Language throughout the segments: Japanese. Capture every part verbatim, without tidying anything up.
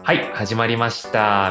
はい、始まりました。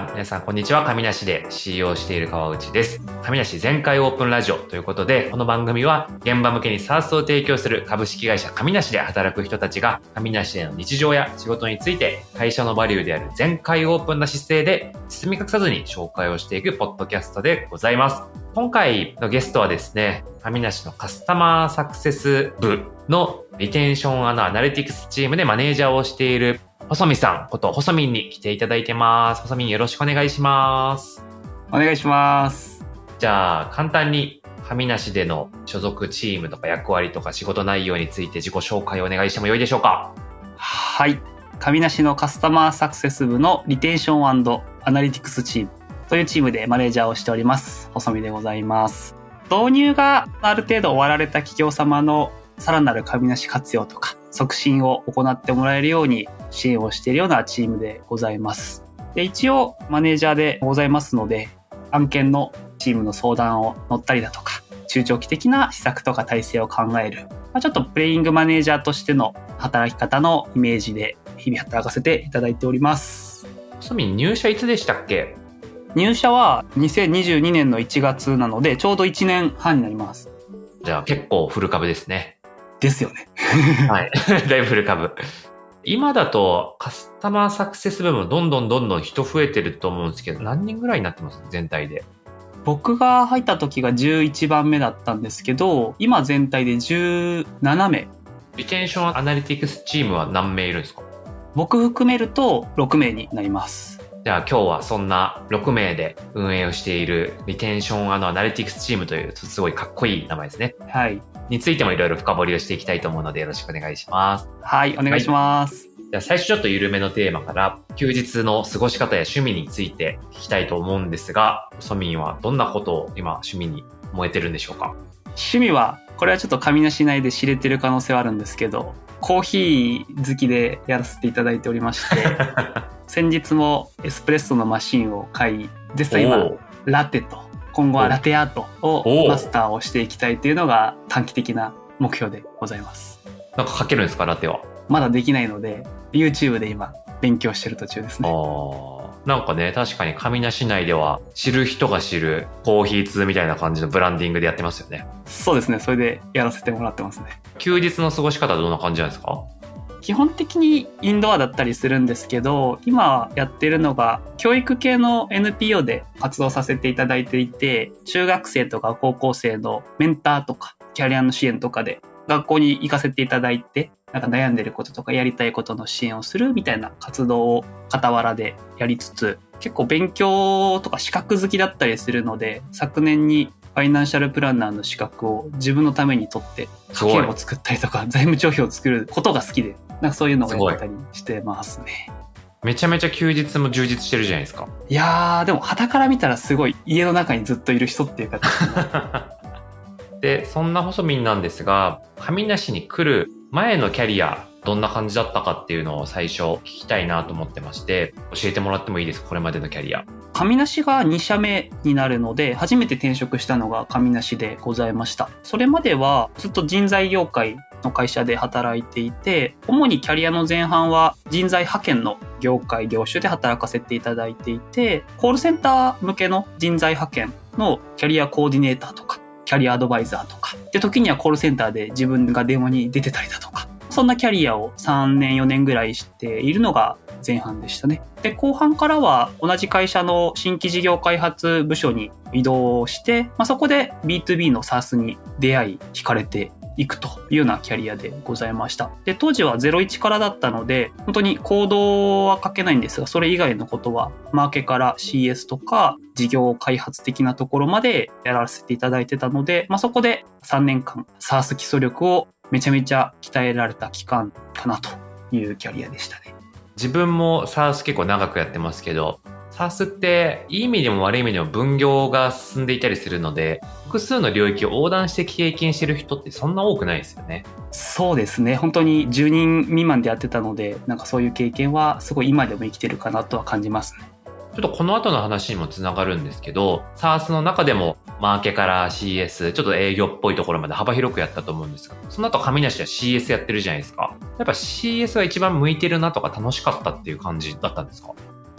皆さん、こんにちは。神梨で シーイーオー をしている川内です。神梨全開オープンラジオということで、この番組は現場向けに SaaS を提供する株式会社神梨で働く人たちが、神梨での日常や仕事について、会社のバリューである全開オープンな姿勢で、包み隠さずに紹介をしていくポッドキャストでございます。今回のゲストはですね、神梨のカスタマーサクセス部のリテンション&アナリティクスチームでマネージャーをしている細見さんこと細見に来ていただいてます。細見よろしくお願いします。 お願いします。 じゃあ簡単に神梨での所属チームとか役割とか仕事内容について自己紹介をお願いしてもよいでしょうか。 はい。神梨のカスタマーサクセス部のリテンション&アナリティクスチームというチームでマネージャーをしております。細見でございます。導入がある程度終わられた企業様のさらなる神梨活用とか促進を行ってもらえるように支援をしているようなチームでございます。で、一応マネージャーでございますので、案件のチームの相談を乗ったりだとか、中長期的な施策とか体制を考える、まあ、ちょっとプレイングマネージャーとしての働き方のイメージで日々働かせていただいております。 細見入社いつでしたっけ？ 入社はにせんにじゅうにねんのいちがつなのでちょうどいちねんはんになります。 じゃあ結構フル株ですね。 ですよね。 はい。だいぶフル株。今だとカスタマーサクセス部もどんどんどんどん人増えてると思うんですけど、何人ぐらいになってます全体で？ 僕が入った時がじゅういちばんめだったんですけど、今全体でじゅうななめい。 リテンションアナリティクスチームは何名いるんですか？ 僕含めるとろくめいになります。 じゃあ今日はそんなろくめいで運営をしているリテンションアナリティクスチームというすごいかっこいい名前ですね。 はい。 についてもいろいろ深掘りをしていきたいと思うのでよろしくお願いします。 はい、お願いします。 はい、じゃあ最初ちょっと緩めのテーマから休日の過ごし方や趣味について聞きたいと思うんですが、ソミンはどんなことを今趣味に燃えてるんでしょうか？ 趣味は、これはちょっと神梨内で知れてる可能性はあるんですけど、コーヒー好きでやらせていただいておりまして先日もエスプレッソのマシンを買い、実際今ラテと今後はラテアートをマスターをしていきたいというのが短期的な目標でございます。 なんか書けるんですか？ラテはまだできないので YouTube で今勉強してる途中ですね。 あなんかね、確かに神梨内では知る人が知るコーヒー通みたいな感じのブランディングでやってますよね。 そうですね、それでやらせてもらってますね。 休日の過ごし方はどんな感じなんですか？ 基本的にインドアだったりするんですけど、今やってるのが教育系の エヌピーオー で活動させていただいていて、中学生とか高校生のメンターとかキャリアの支援とかで学校に行かせていただいて、なんか悩んでることとかやりたいことの支援をするみたいな活動を傍らでやりつつ、結構勉強とか資格好きだったりするので、昨年にファイナンシャルプランナーの資格を自分のために取って家計を作ったりとか財務帳表を作ることが好きで、なんかそういうのをやったりしてますね。 めちゃめちゃ休日も充実してるじゃないですか。 いやー、でも傍から見たらすごい家の中にずっといる人っていう形で、そんな細見なんですが、神梨に来る前のキャリアどんな感じだったかっていうのを最初聞きたいなと思ってまして、教えてもらってもいいですか？これまでのキャリア。 神梨がにしゃめになるので、初めて転職したのが神梨でございました。それまではずっと人材業界の会社で働いていて、主にキャリアの前半は人材派遣の業界業種で働かせていただいていて、コールセンター向けの人材派遣のキャリアコーディネーターとかキャリアアドバイザーとかで、時にはコールセンターで自分が電話に出てたりだとか、そんなキャリアをさんねんよねんぐらいしているのが前半でしたね。で、後半からは同じ会社の新規事業開発部署に移動して、まあ、そこで ビーツービー の SaaS に出会い惹かれていくというようなキャリアでございました。で、当時はゼロイチからだったので、本当にコードは書けないんですが、それ以外のことはマーケから シーエス とか事業開発的なところまでやらせていただいてたので、まあ、そこでさんねんかん SaaS 基礎力をめちゃめちゃ鍛えられた期間かなというキャリアでしたね。 自分も SaaS 結構長くやってますけど、SaaS っていい意味でも悪い意味でも分業が進んでいたりするので、複数の領域を横断して経験してる人ってそんな多くないですよね。 そうですね。本当にじゅうにん未満でやってたので、なんかそういう経験はすごい今でも生きてるかなとは感じますね。 ちょっとこの後の話にもつながるんですけど、SaaS の中でもマーケから シーエス、ちょっと営業っぽいところまで幅広くやったと思うんですが、その後神梨は シーエス やってるじゃないですか。やっぱ シーエス が一番向いてるなとか楽しかったっていう感じだったんですか？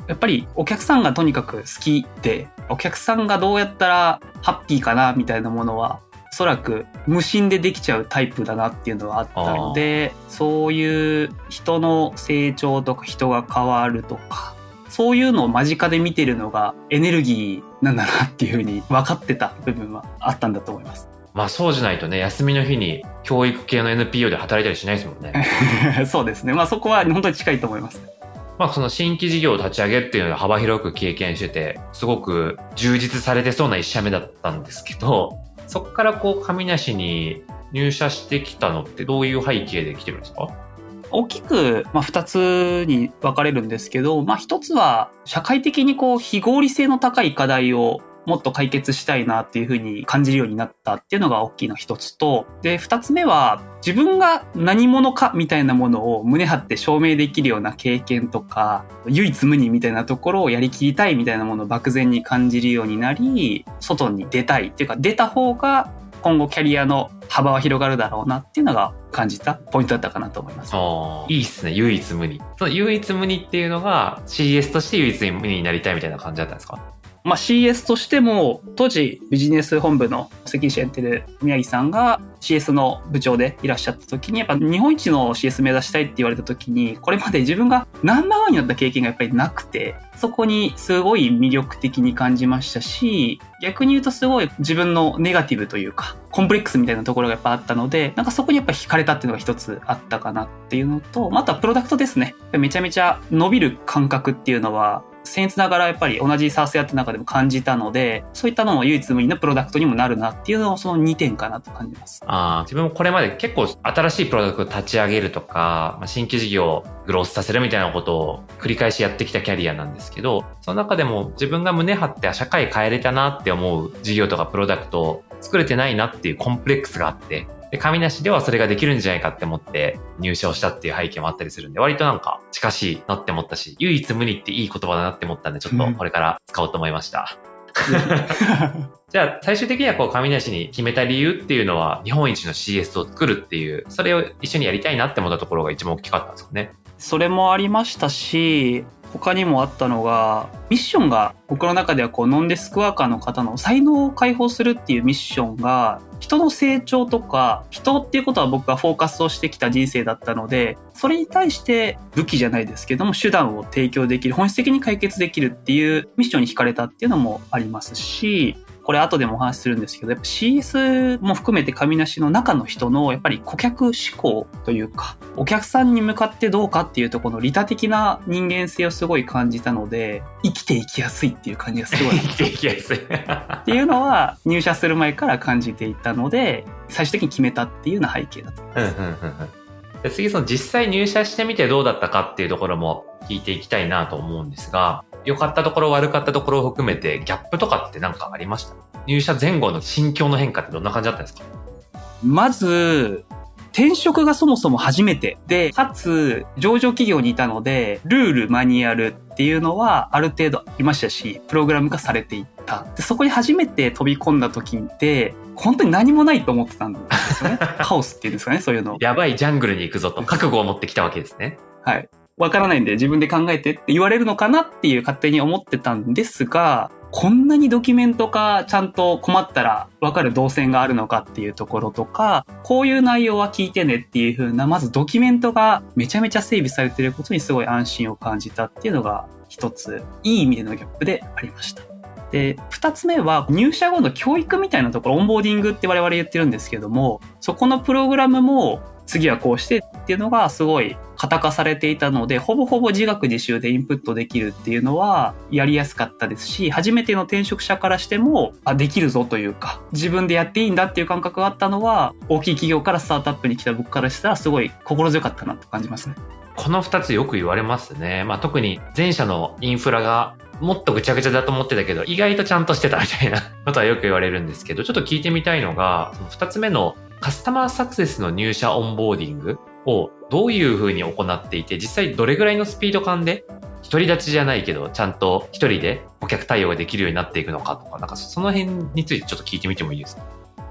やっぱりお客さんがとにかく好きで、お客さんがどうやったらハッピーかなみたいなものはおそらく無心でできちゃうタイプだなっていうのはあったので、そういう人の成長とか人が変わるとか、そういうのを間近で見てるのがエネルギーなんだなっていうふうに分かってた部分はあったんだと思います。 まあそうじゃないとね、休みの日に教育系の エヌピーオー で働いたりしないですもんね。 そうですね。まあそこは本当に近いと思います。 まあその新規事業を立ち上げっていうのを幅広く経験してて、すごく充実されてそうな一社目だったんですけど、そこからこう上梨に入社してきたのってどういう背景で来てるんですか？ 大きく、まあ、ふたつに分かれるんですけど、まあ、ひとつは社会的にこう非合理性の高い課題をもっと解決したいなっていうふうに感じるようになったっていうのが大きな一つと、で、二つ目は自分が何者かみたいなものを胸張って証明できるような経験とか、唯一無二みたいなところをやりきりたいみたいなものを漠然に感じるようになり、外に出たいっていうか、出た方が今後キャリアの幅は広がるだろうなっていうのが感じたポイントだったかなと思います。 ああ、いいっすね。唯一無二。その唯一無二っていうのが シーエス として唯一無二になりたいみたいな感じだったんですか？ まあ シーエス としても、当時ビジネス本部の責任者やってる宮城さんが シーエス の部長でいらっしゃった時に、やっぱ日本一の シーエス 目指したいって言われた時に、これまで自分がナンバーワンになった経験がやっぱりなくて、そこにすごい魅力的に感じましたし、逆に言うとすごい自分のネガティブというか、コンプレックスみたいなところがやっぱあったので、なんかそこにやっぱ惹かれたっていうのが一つあったかなっていうのと、あとはプロダクトですね。めちゃめちゃ伸びる感覚っていうのは、僭越ながらやっぱり同じサースやってる中でも感じたので、そういったのも唯一無二のプロダクトにもなるなっていうのをそのにてんかなと感じます。 ああ、自分もこれまで結構新しいプロダクトを立ち上げるとか、新規事業をグロースさせるみたいなことを繰り返しやってきたキャリアなんですけど、その中でも自分が胸張って社会変えれたなって思う事業とかプロダクトを作れてないなっていうコンプレックスがあって、で、上梨ではそれができるんじゃないかって思って入社をしたっていう背景もあったりするんで、割となんか近しいなって思ったし、唯一無二っていい言葉だなって思ったんで、ちょっとこれから使おうと思いました。じゃあ最終的にはこう上梨に決めた理由っていうのは、日本一の シーエス を作るっていう、それを一緒にやりたいなって思ったところが一番大きかったんですかね。 それもありましたし、他にもあったのが、ミッションが僕の中ではこうノンデスクワーカーの方の才能を解放するっていうミッションが、人の成長とか人っていうことは僕がフォーカスをしてきた人生だったので、それに対して武器じゃないですけども手段を提供できる、本質的に解決できるっていうミッションに惹かれたっていうのもありますし、これ後でもお話しするんですけど、やっぱ シーエス も含めて上梨の中の人のやっぱり顧客志向というか、お客さんに向かってどうかっていうところの利他的な人間性をすごい感じたので、生きていきやすいっていう感じがすごい生きていきやすいっていうのは入社する前から感じていたので、最終的に決めたっていうような背景だと思います。 うんうんうんうん、で次その実際入社してみてどうだったかっていうところも聞いていきたいなと思うんですが、良かったところ悪かったところを含めてギャップとかって何かありました？入社前後の心境の変化ってどんな感じだったんですか？ まず転職がそもそも初めてで、かつ上場企業にいたのでルールマニュアルっていうのはある程度ありましたし、プログラム化されていったで、そこに初めて飛び込んだ時って本当に何もないと思ってたんですよね。カオスっていうんですかね、そういうの。 やばいジャングルに行くぞと覚悟を持ってきたわけですね。 はい。わからないんで自分で考えてって言われるのかなっていう勝手に思ってたんですが、こんなにドキュメント化ちゃんと困ったらわかる動線があるのかっていうところとか、こういう内容は聞いてねっていう風な、まずドキュメントがめちゃめちゃ整備されていることにすごい安心を感じたっていうのが一ついい意味でのギャップでありました。で、二つ目は入社後の教育みたいなところ、オンボーディングって我々言ってるんですけども、そこのプログラムも次はこうしてっていうのがすごい型化されていたので、ほぼほぼ自学自習でインプットできるっていうのはやりやすかったですし、初めての転職者からしても、あ、できるぞというか、自分でやっていいんだっていう感覚があったのは、大きい企業からスタートアップに来た僕からしたらすごい心強かったなと感じますね。 この二つよく言われますね。まあ特に前者のインフラがもっとぐちゃぐちゃだと思ってたけど、意外とちゃんとしてたみたいなことはよく言われるんですけど、ちょっと聞いてみたいのが、その二つ目のカスタマーサクセスの入社オンボーディングをどういうふうに行っていて、実際どれぐらいのスピード感で独り立ちじゃないけどちゃんと一人で顧客対応ができるようになっていくのかとか、なんかその辺についてちょっと聞いてみてもいいですか？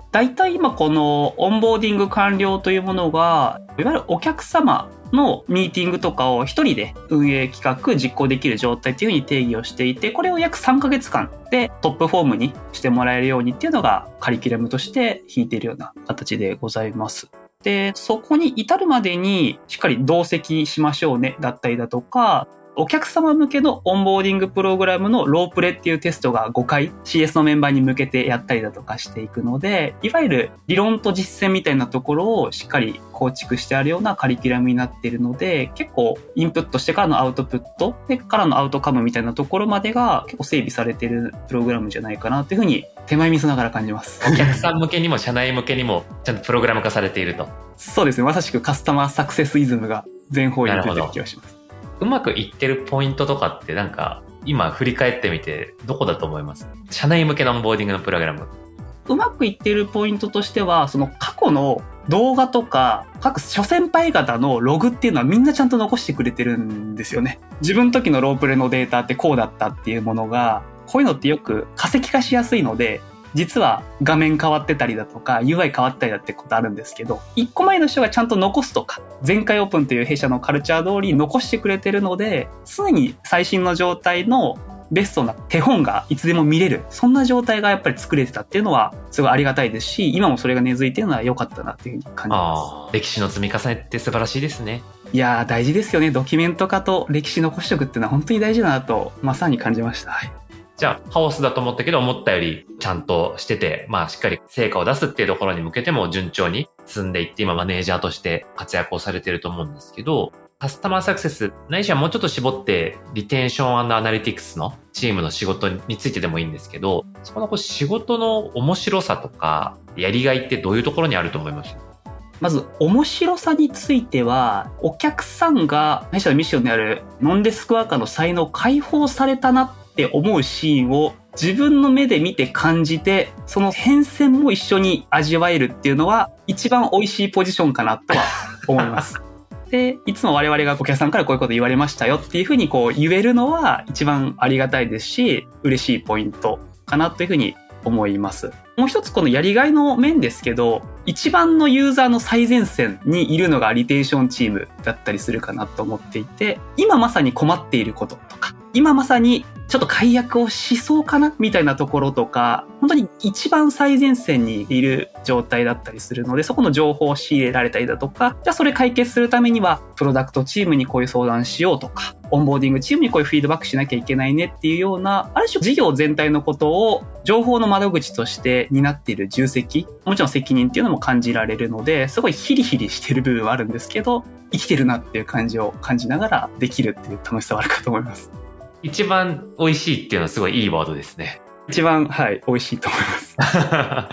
大体今このオンボーディング完了というものが、いわゆるお客様のミーティングとかを一人で運営企画実行できる状態っていうふうに定義をしていて、これを約さんかげつかんでトップフォームにしてもらえるようにっていうのがカリキュラムとして引いているような形でございます。で、そこに至るまでにしっかり同席しましょうねだったりだとか、お客様向けのオンボーディングプログラムのロープレっていうテストがごかい シーエス のメンバーに向けてやったりだとかしていくので、いわゆる理論と実践みたいなところをしっかり構築してあるようなカリキュラムになっているので、結構インプットしてからのアウトプットでからのアウトカムみたいなところまでが結構整備されているプログラムじゃないかなというふうに手前味噌ながら感じます。 お客さん向けにも社内向けにもちゃんとプログラム化されていると。 そうですね。まさしくカスタマーサクセスイズムが全方位に出てる気がします。 うまくいってるポイントとかってなんか今振り返ってみてどこだと思います？社内向けのオンボーディングのプログラム。 うまくいっているポイントとしては、その過去の動画とか各諸先輩方のログっていうのはみんなちゃんと残してくれてるんですよね。自分の時のロープレのデータってこうだったっていうものが、こういうのってよく化石化しやすいので、実は画面変わってたりだとか ユーアイ 変わったりだってことあるんですけど、いっこまえの人がちゃんと残すとか、前回オープンという弊社のカルチャー通り残してくれてるので、常に最新の状態のベストな手本がいつでも見れる、そんな状態がやっぱり作れてたっていうのはすごいありがたいですし、今もそれが根付いてるのは良かったなっていうふうに感じます。 あ、歴史の積み重ねって素晴らしいですね。 いやー、大事ですよね。ドキュメント化と歴史残しておくっていうのは本当に大事だなとまさに感じました。はい。 じゃあ、ハオスだと思ったけど、思ったよりちゃんとしてて、まあ、しっかり成果を出すっていうところに向けても順調に進んでいって、今マネージャーとして活躍をされてると思うんですけど、カスタマーサクセス、ないしはもうちょっと絞って、リテンション&アナリティクスのチームの仕事についてでもいいんですけど、そこのこう仕事の面白さとか、やりがいってどういうところにあると思います？ まず、面白さについては、お客さんが、弊社のミッションであるノンデスクワーカーの才能を解放されたなって思うシーンを自分の目で見て感じて、その変遷も一緒に味わえるっていうのは一番美味しいポジションかなとは思います。で、いつも我々がお客さんからこういうこと言われましたよっていうふうにこう言えるのは一番ありがたいですし、嬉しいポイントかなというふうに思います。もう一つこのやりがいの面ですけど、一番のユーザーの最前線にいるのがリテンションチームだったりするかなと思っていて、今まさに困っていることとか、今まさにちょっと解約をしそうかなみたいなところとか、本当に一番最前線にいる状態だったりするので、そこの情報を仕入れられたりだとか、じゃあそれ解決するためには、プロダクトチームにこういう相談しようとか、オンボーディングチームにこういうフィードバックしなきゃいけないねっていうような、ある種事業全体のことを情報の窓口として担っている重責、もちろん責任っていうのも感じられるので、すごいヒリヒリしてる部分はあるんですけど、生きてるなっていう感じを感じながらできるっていう楽しさはあるかと思います。 一番美味しいっていうのはすごいいいワードですね。 一番、はい、美味しいと思います。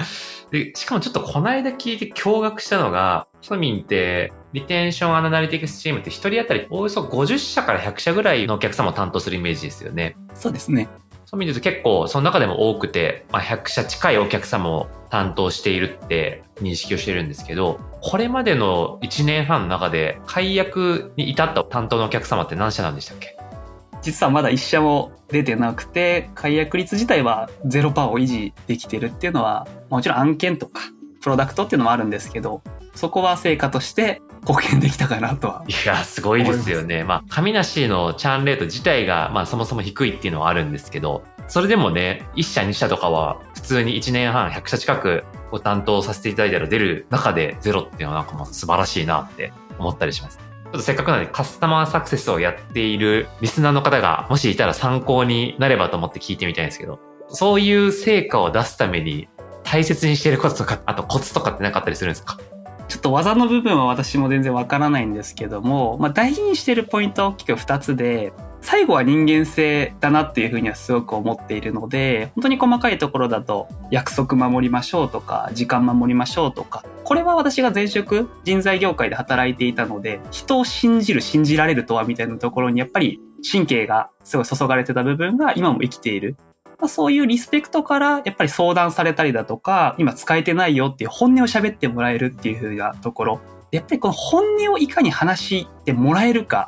で、しかもちょっとこの間聞いて驚愕したのが、ソミンってリテンションアナリティクスチームって一人当たりおよそごじゅっしゃからひゃくしゃぐらいのお客様を担当するイメージですよね。 そうですね。 そう見ると結構その中でも多くて、まあ、ひゃくしゃ近いお客様を担当しているって認識をしているんですけど、これまでのいちねんはんの中で解約に至った担当のお客様って何社なんでしたっけ？ 実はまだ一社も出てなくて、解約率自体は ゼロパーセント を維持できてるっていうのは、もちろん案件とかプロダクトっていうのもあるんですけど、そこは成果として貢献できたかなとは。 いや、すごいですよね。まあ、神梨のチャーンレート自体が、まあ、そもそも低いっていうのはあるんですけど、それでもね、いっしゃにしゃとかは普通にいちねんはんひゃくしゃ近くご担当させていただいたら出る中でゼロっていうのはなんかもう素晴らしいなって思ったりします。ちょっとせっかくなのでカスタマーサクセスをやっているリスナーの方がもしいたら参考になればと思って聞いてみたいんですけど、そういう成果を出すために大切にしていることとか、あとコツとかってなかったりするんですか？ ちょっと技の部分は私も全然わからないんですけども、まあ、大事にしているポイントは大きくふたつで、最後は人間性だなっていうふうにはすごく思っているので、本当に細かいところだと約束守りましょうとか時間守りましょうとか、これは私が前職人材業界で働いていたので、人を信じる信じられるとはみたいなところにやっぱり神経がすごい注がれてた部分が今も生きている。まあ、そういうリスペクトからやっぱり相談されたりだとか、今使えてないよっていう本音を喋ってもらえるっていう風なところ、やっぱりこの本音をいかに話してもらえるか、あ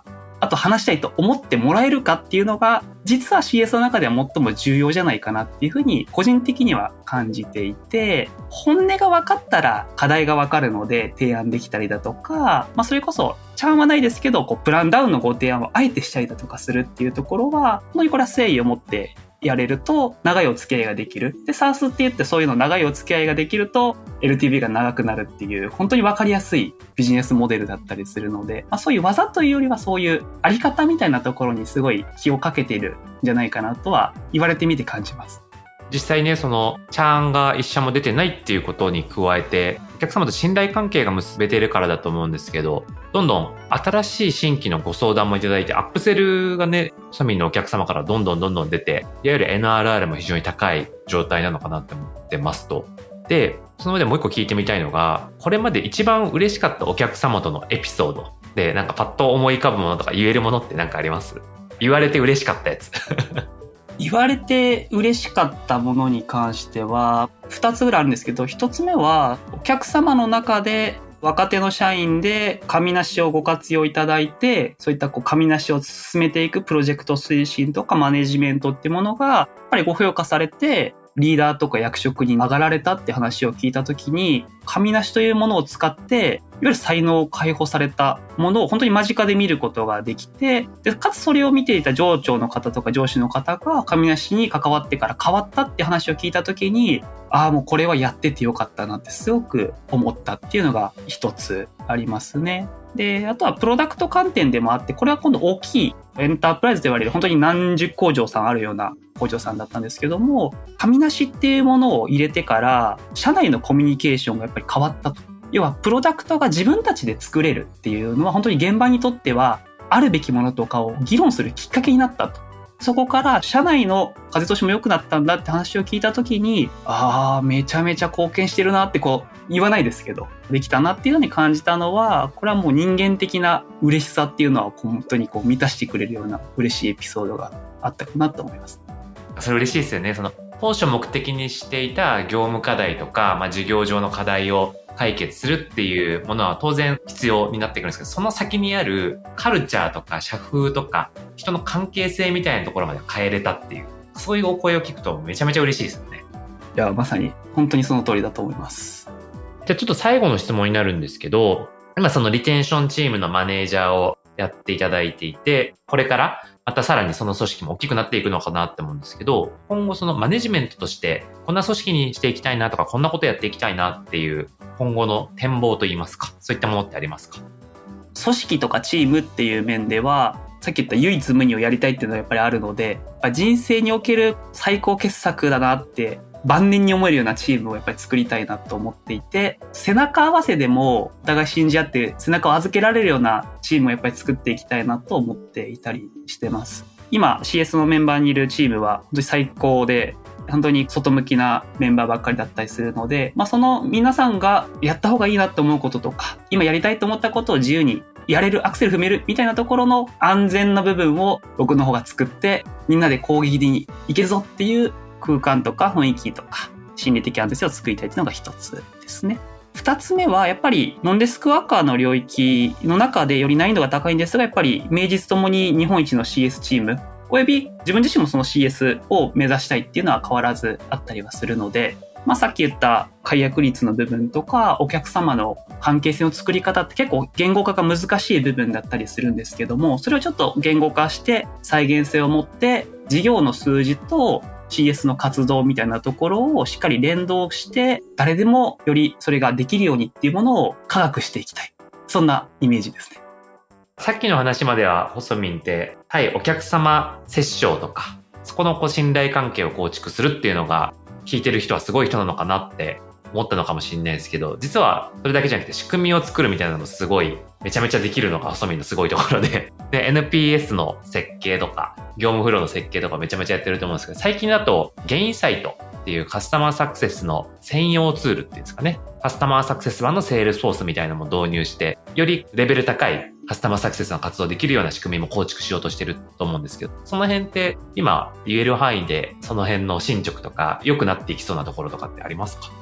あと話したいと思ってもらえるかっていうのが、実は シーエス の中では最も重要じゃないかなっていうふうに個人的には感じていて、本音が分かったら課題が分かるので提案できたりだとか、まあそれこそチャンはないですけど、こうプランダウンのご提案をあえてしたりだとかするっていうところは、本当にこれは誠意を持ってやれると長いお付き合いができる。で、サースって言ってそういうの長いお付き合いができると エルティービー が長くなるっていう本当に分かりやすいビジネスモデルだったりするので、まあ、そういう技というよりはそういうあり方みたいなところにすごい気をかけているんじゃないかなとは言われてみて感じます。 実際ね、そのチャーンが一社も出てないっていうことに加えて、お客様と信頼関係が結べているからだと思うんですけど、どんどん新しい新規のご相談もいただいて、アップセルがね、庶民のお客様からどんどんどんどん出て、いわゆる エヌアールアール も非常に高い状態なのかなって思ってますと。で、その上でもう一個聞いてみたいのが、これまで一番嬉しかったお客様とのエピソードで、なんかパッと思い浮かぶものとか言えるものって何かあります？言われて嬉しかったやつ。 言われて嬉しかったものに関してはふたつぐらいあるんですけど、ひとつめはお客様の中で若手の社員で紙なしをご活用いただいて、そういったこう紙なしを進めていくプロジェクト推進とかマネジメントっていうものがやっぱりご評価されて、リーダーとか役職に上がられたって話を聞いたときに、紙なしというものを使って、いわゆる才能を解放されたものを本当に間近で見ることができて、でかつそれを見ていた上長の方とか上司の方が紙なしに関わってから変わったって話を聞いたときに、ああ、もうこれはやっててよかったなってすごく思ったっていうのが一つありますね。で、あとはプロダクト観点でもあって、これは今度大きいエンタープライズと言われる本当に何十工場さんあるような工場さんだったんですけども、紙なしっていうものを入れてから社内のコミュニケーションがやっぱり変わったと。要はプロダクトが自分たちで作れるっていうのは本当に現場にとってはあるべきものとかを議論するきっかけになったと。そこから社内の風通しも良くなったんだって話を聞いたときに、ああ、めちゃめちゃ貢献してるなってこう言わないですけど、できたなっていうのに感じたのは、これはもう人間的な嬉しさっていうのは本当にこう満たしてくれるような嬉しいエピソードがあったかなと思います。 それ嬉しいですよね。その当初目的にしていた業務課題とか、まあ、事業上の課題を解決するっていうものは当然必要になってくるんですけど、その先にあるカルチャーとか社風とか人の関係性みたいなところまで変えれたっていう、そういうお声を聞くとめちゃめちゃ嬉しいですよね。 いや、まさに本当にその通りだと思います。 じゃあちょっと最後の質問になるんですけど、今そのリテンションチームのマネージャーをやっていただいていて、これからまたさらにその組織も大きくなっていくのかなって思うんですけど、今後そのマネジメントとしてこんな組織にしていきたいなとか、こんなことやっていきたいなっていう今後の展望といいますか、そういったものってありますか？ 組織とかチームっていう面では、さっき言った唯一無二をやりたいっていうのはやっぱりあるので、人生における最高傑作だなって晩年に思えるようなチームをやっぱり作りたいなと思っていて、背中合わせでもお互い信じ合って背中を預けられるようなチームをやっぱり作っていきたいなと思っていたりしてます。今 シーエス のメンバーにいるチームは本当に最高で、本当に外向きなメンバーばっかりだったりするので、まあその皆さんがやった方がいいなって思うこととか、今やりたいと思ったことを自由にやれる、アクセル踏めるみたいなところの安全な部分を僕の方が作って、みんなで攻撃に行けるぞっていう空間とか雰囲気とか心理的安全性を作りたいというのが一つですね。二つ目はやっぱりノンデスクワーカーの領域の中でより難易度が高いんですが、やっぱり名実ともに日本一の シーエス チームおよび自分自身もその シーエス を目指したいっていうのは変わらずあったりはするので、まあさっき言った解約率の部分とかお客様の関係性の作り方って結構言語化が難しい部分だったりするんですけども、それをちょっと言語化して再現性を持って事業の数字とシーエス の活動みたいなところをしっかり連動して誰でもよりそれができるようにっていうものを科学していきたい。そんなイメージですね。 さっきの話までは細民って対お客様接触とかそこのこう信頼関係を構築するっていうのが聞いてる人はすごい人なのかなって思ったのかもしれないですけど、実はそれだけじゃなくて仕組みを作るみたいなのすごいめちゃめちゃできるのが細民のすごいところで、で エヌピーエス の設計とか業務フローの設計とかめちゃめちゃやってると思うんですけど、最近だとゲインサイトっていうカスタマーサクセスの専用ツールっていうんですかね、カスタマーサクセス版のセールスフォースみたいなのも導入して、よりレベル高いカスタマーサクセスの活動できるような仕組みも構築しようとしてると思うんですけど、その辺って今言える範囲でその辺の進捗とか良くなっていきそうなところとかってありますか？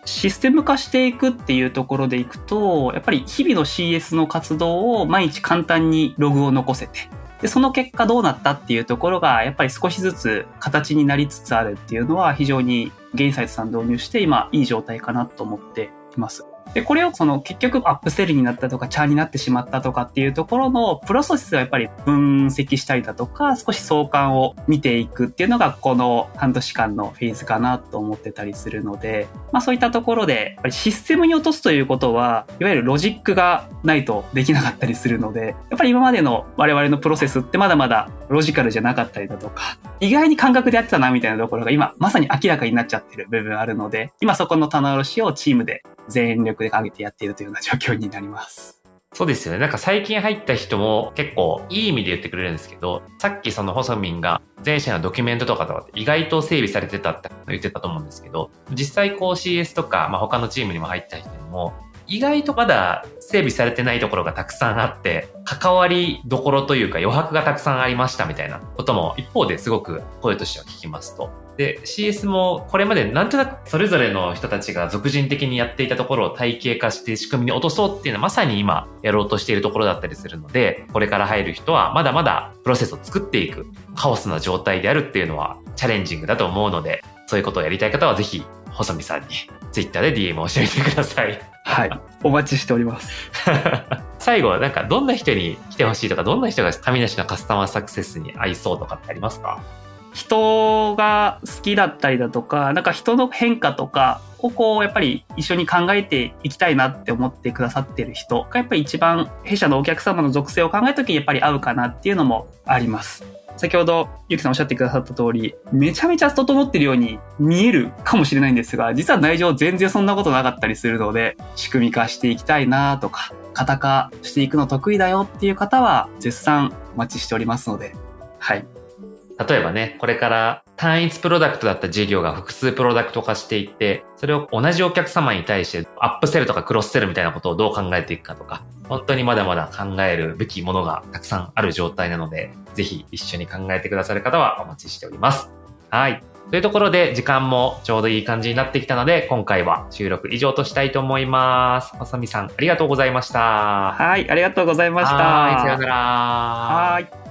システム化していくっていうところでいくと、やっぱり日々の シーエス の活動を毎日簡単にログを残せて、で、その結果どうなったっていうところが、やっぱり少しずつ形になりつつあるっていうのは、非常にゲインサイトさん導入して今いい状態かなと思っています。で、これをその結局アップセルになったとかチャーになってしまったとかっていうところのプロセスをやっぱり分析したりだとか、少し相関を見ていくっていうのがこの半年間のフェーズかなと思ってたりするので、まあそういったところでやっぱりシステムに落とすということは、いわゆるロジックがないとできなかったりするので、やっぱり今までの我々のプロセスってまだまだロジカルじゃなかったりだとか、意外に感覚でやってたなみたいなところが今まさに明らかになっちゃってる部分あるので、今そこの棚卸しをチームで全力で上げてやっているというような状況になります。 そうですよね。なんか最近入った人も結構いい意味で言ってくれるんですけど、さっきその細民が前社のドキュメントとかとか意外と整備されてたって言ってたと思うんですけど、実際こう シーエス とか、まあ、他のチームにも入った人にも意外とまだ整備されてないところがたくさんあって、関わりどころというか余白がたくさんありましたみたいなことも一方ですごく声としては聞きますと。で、シーエス もこれまでなんとなくそれぞれの人たちが俗人的にやっていたところを体系化して仕組みに落とそうっていうのはまさに今やろうとしているところだったりするので、これから入る人はまだまだプロセスを作っていくカオスな状態であるっていうのはチャレンジングだと思うので、そういうことをやりたい方はぜひ細見さんにツイッターで ディーエム を教えてください。 はい。お待ちしております。 最後はなんかどんな人に来てほしいとか、どんな人が神梨のカスタマーサクセスに合いそうとかってありますか？ 人が好きだったりだとか、なんか人の変化とかをこうやっぱり一緒に考えていきたいなって思ってくださってる人がやっぱり一番弊社のお客様の属性を考えた時にやっぱり合うかなっていうのもあります。先ほどゆきさんおっしゃってくださった通り、めちゃめちゃ整ってるように見えるかもしれないんですが、実は内情全然そんなことなかったりするので、仕組み化していきたいなとか、型化していくの得意だよっていう方は絶賛お待ちしておりますので、はい。 例えばね、これから単一プロダクトだった事業が複数プロダクト化していって、それを同じお客様に対してアップセルとかクロスセルみたいなことをどう考えていくかとか、本当にまだまだ考えるべきものがたくさんある状態なので、ぜひ一緒に考えてくださる方はお待ちしております。はい。というところで時間もちょうどいい感じになってきたので、今回は収録以上としたいと思います。細見さん、ありがとうございました。 はい、ありがとうございました。 はい、さようなら。 はい。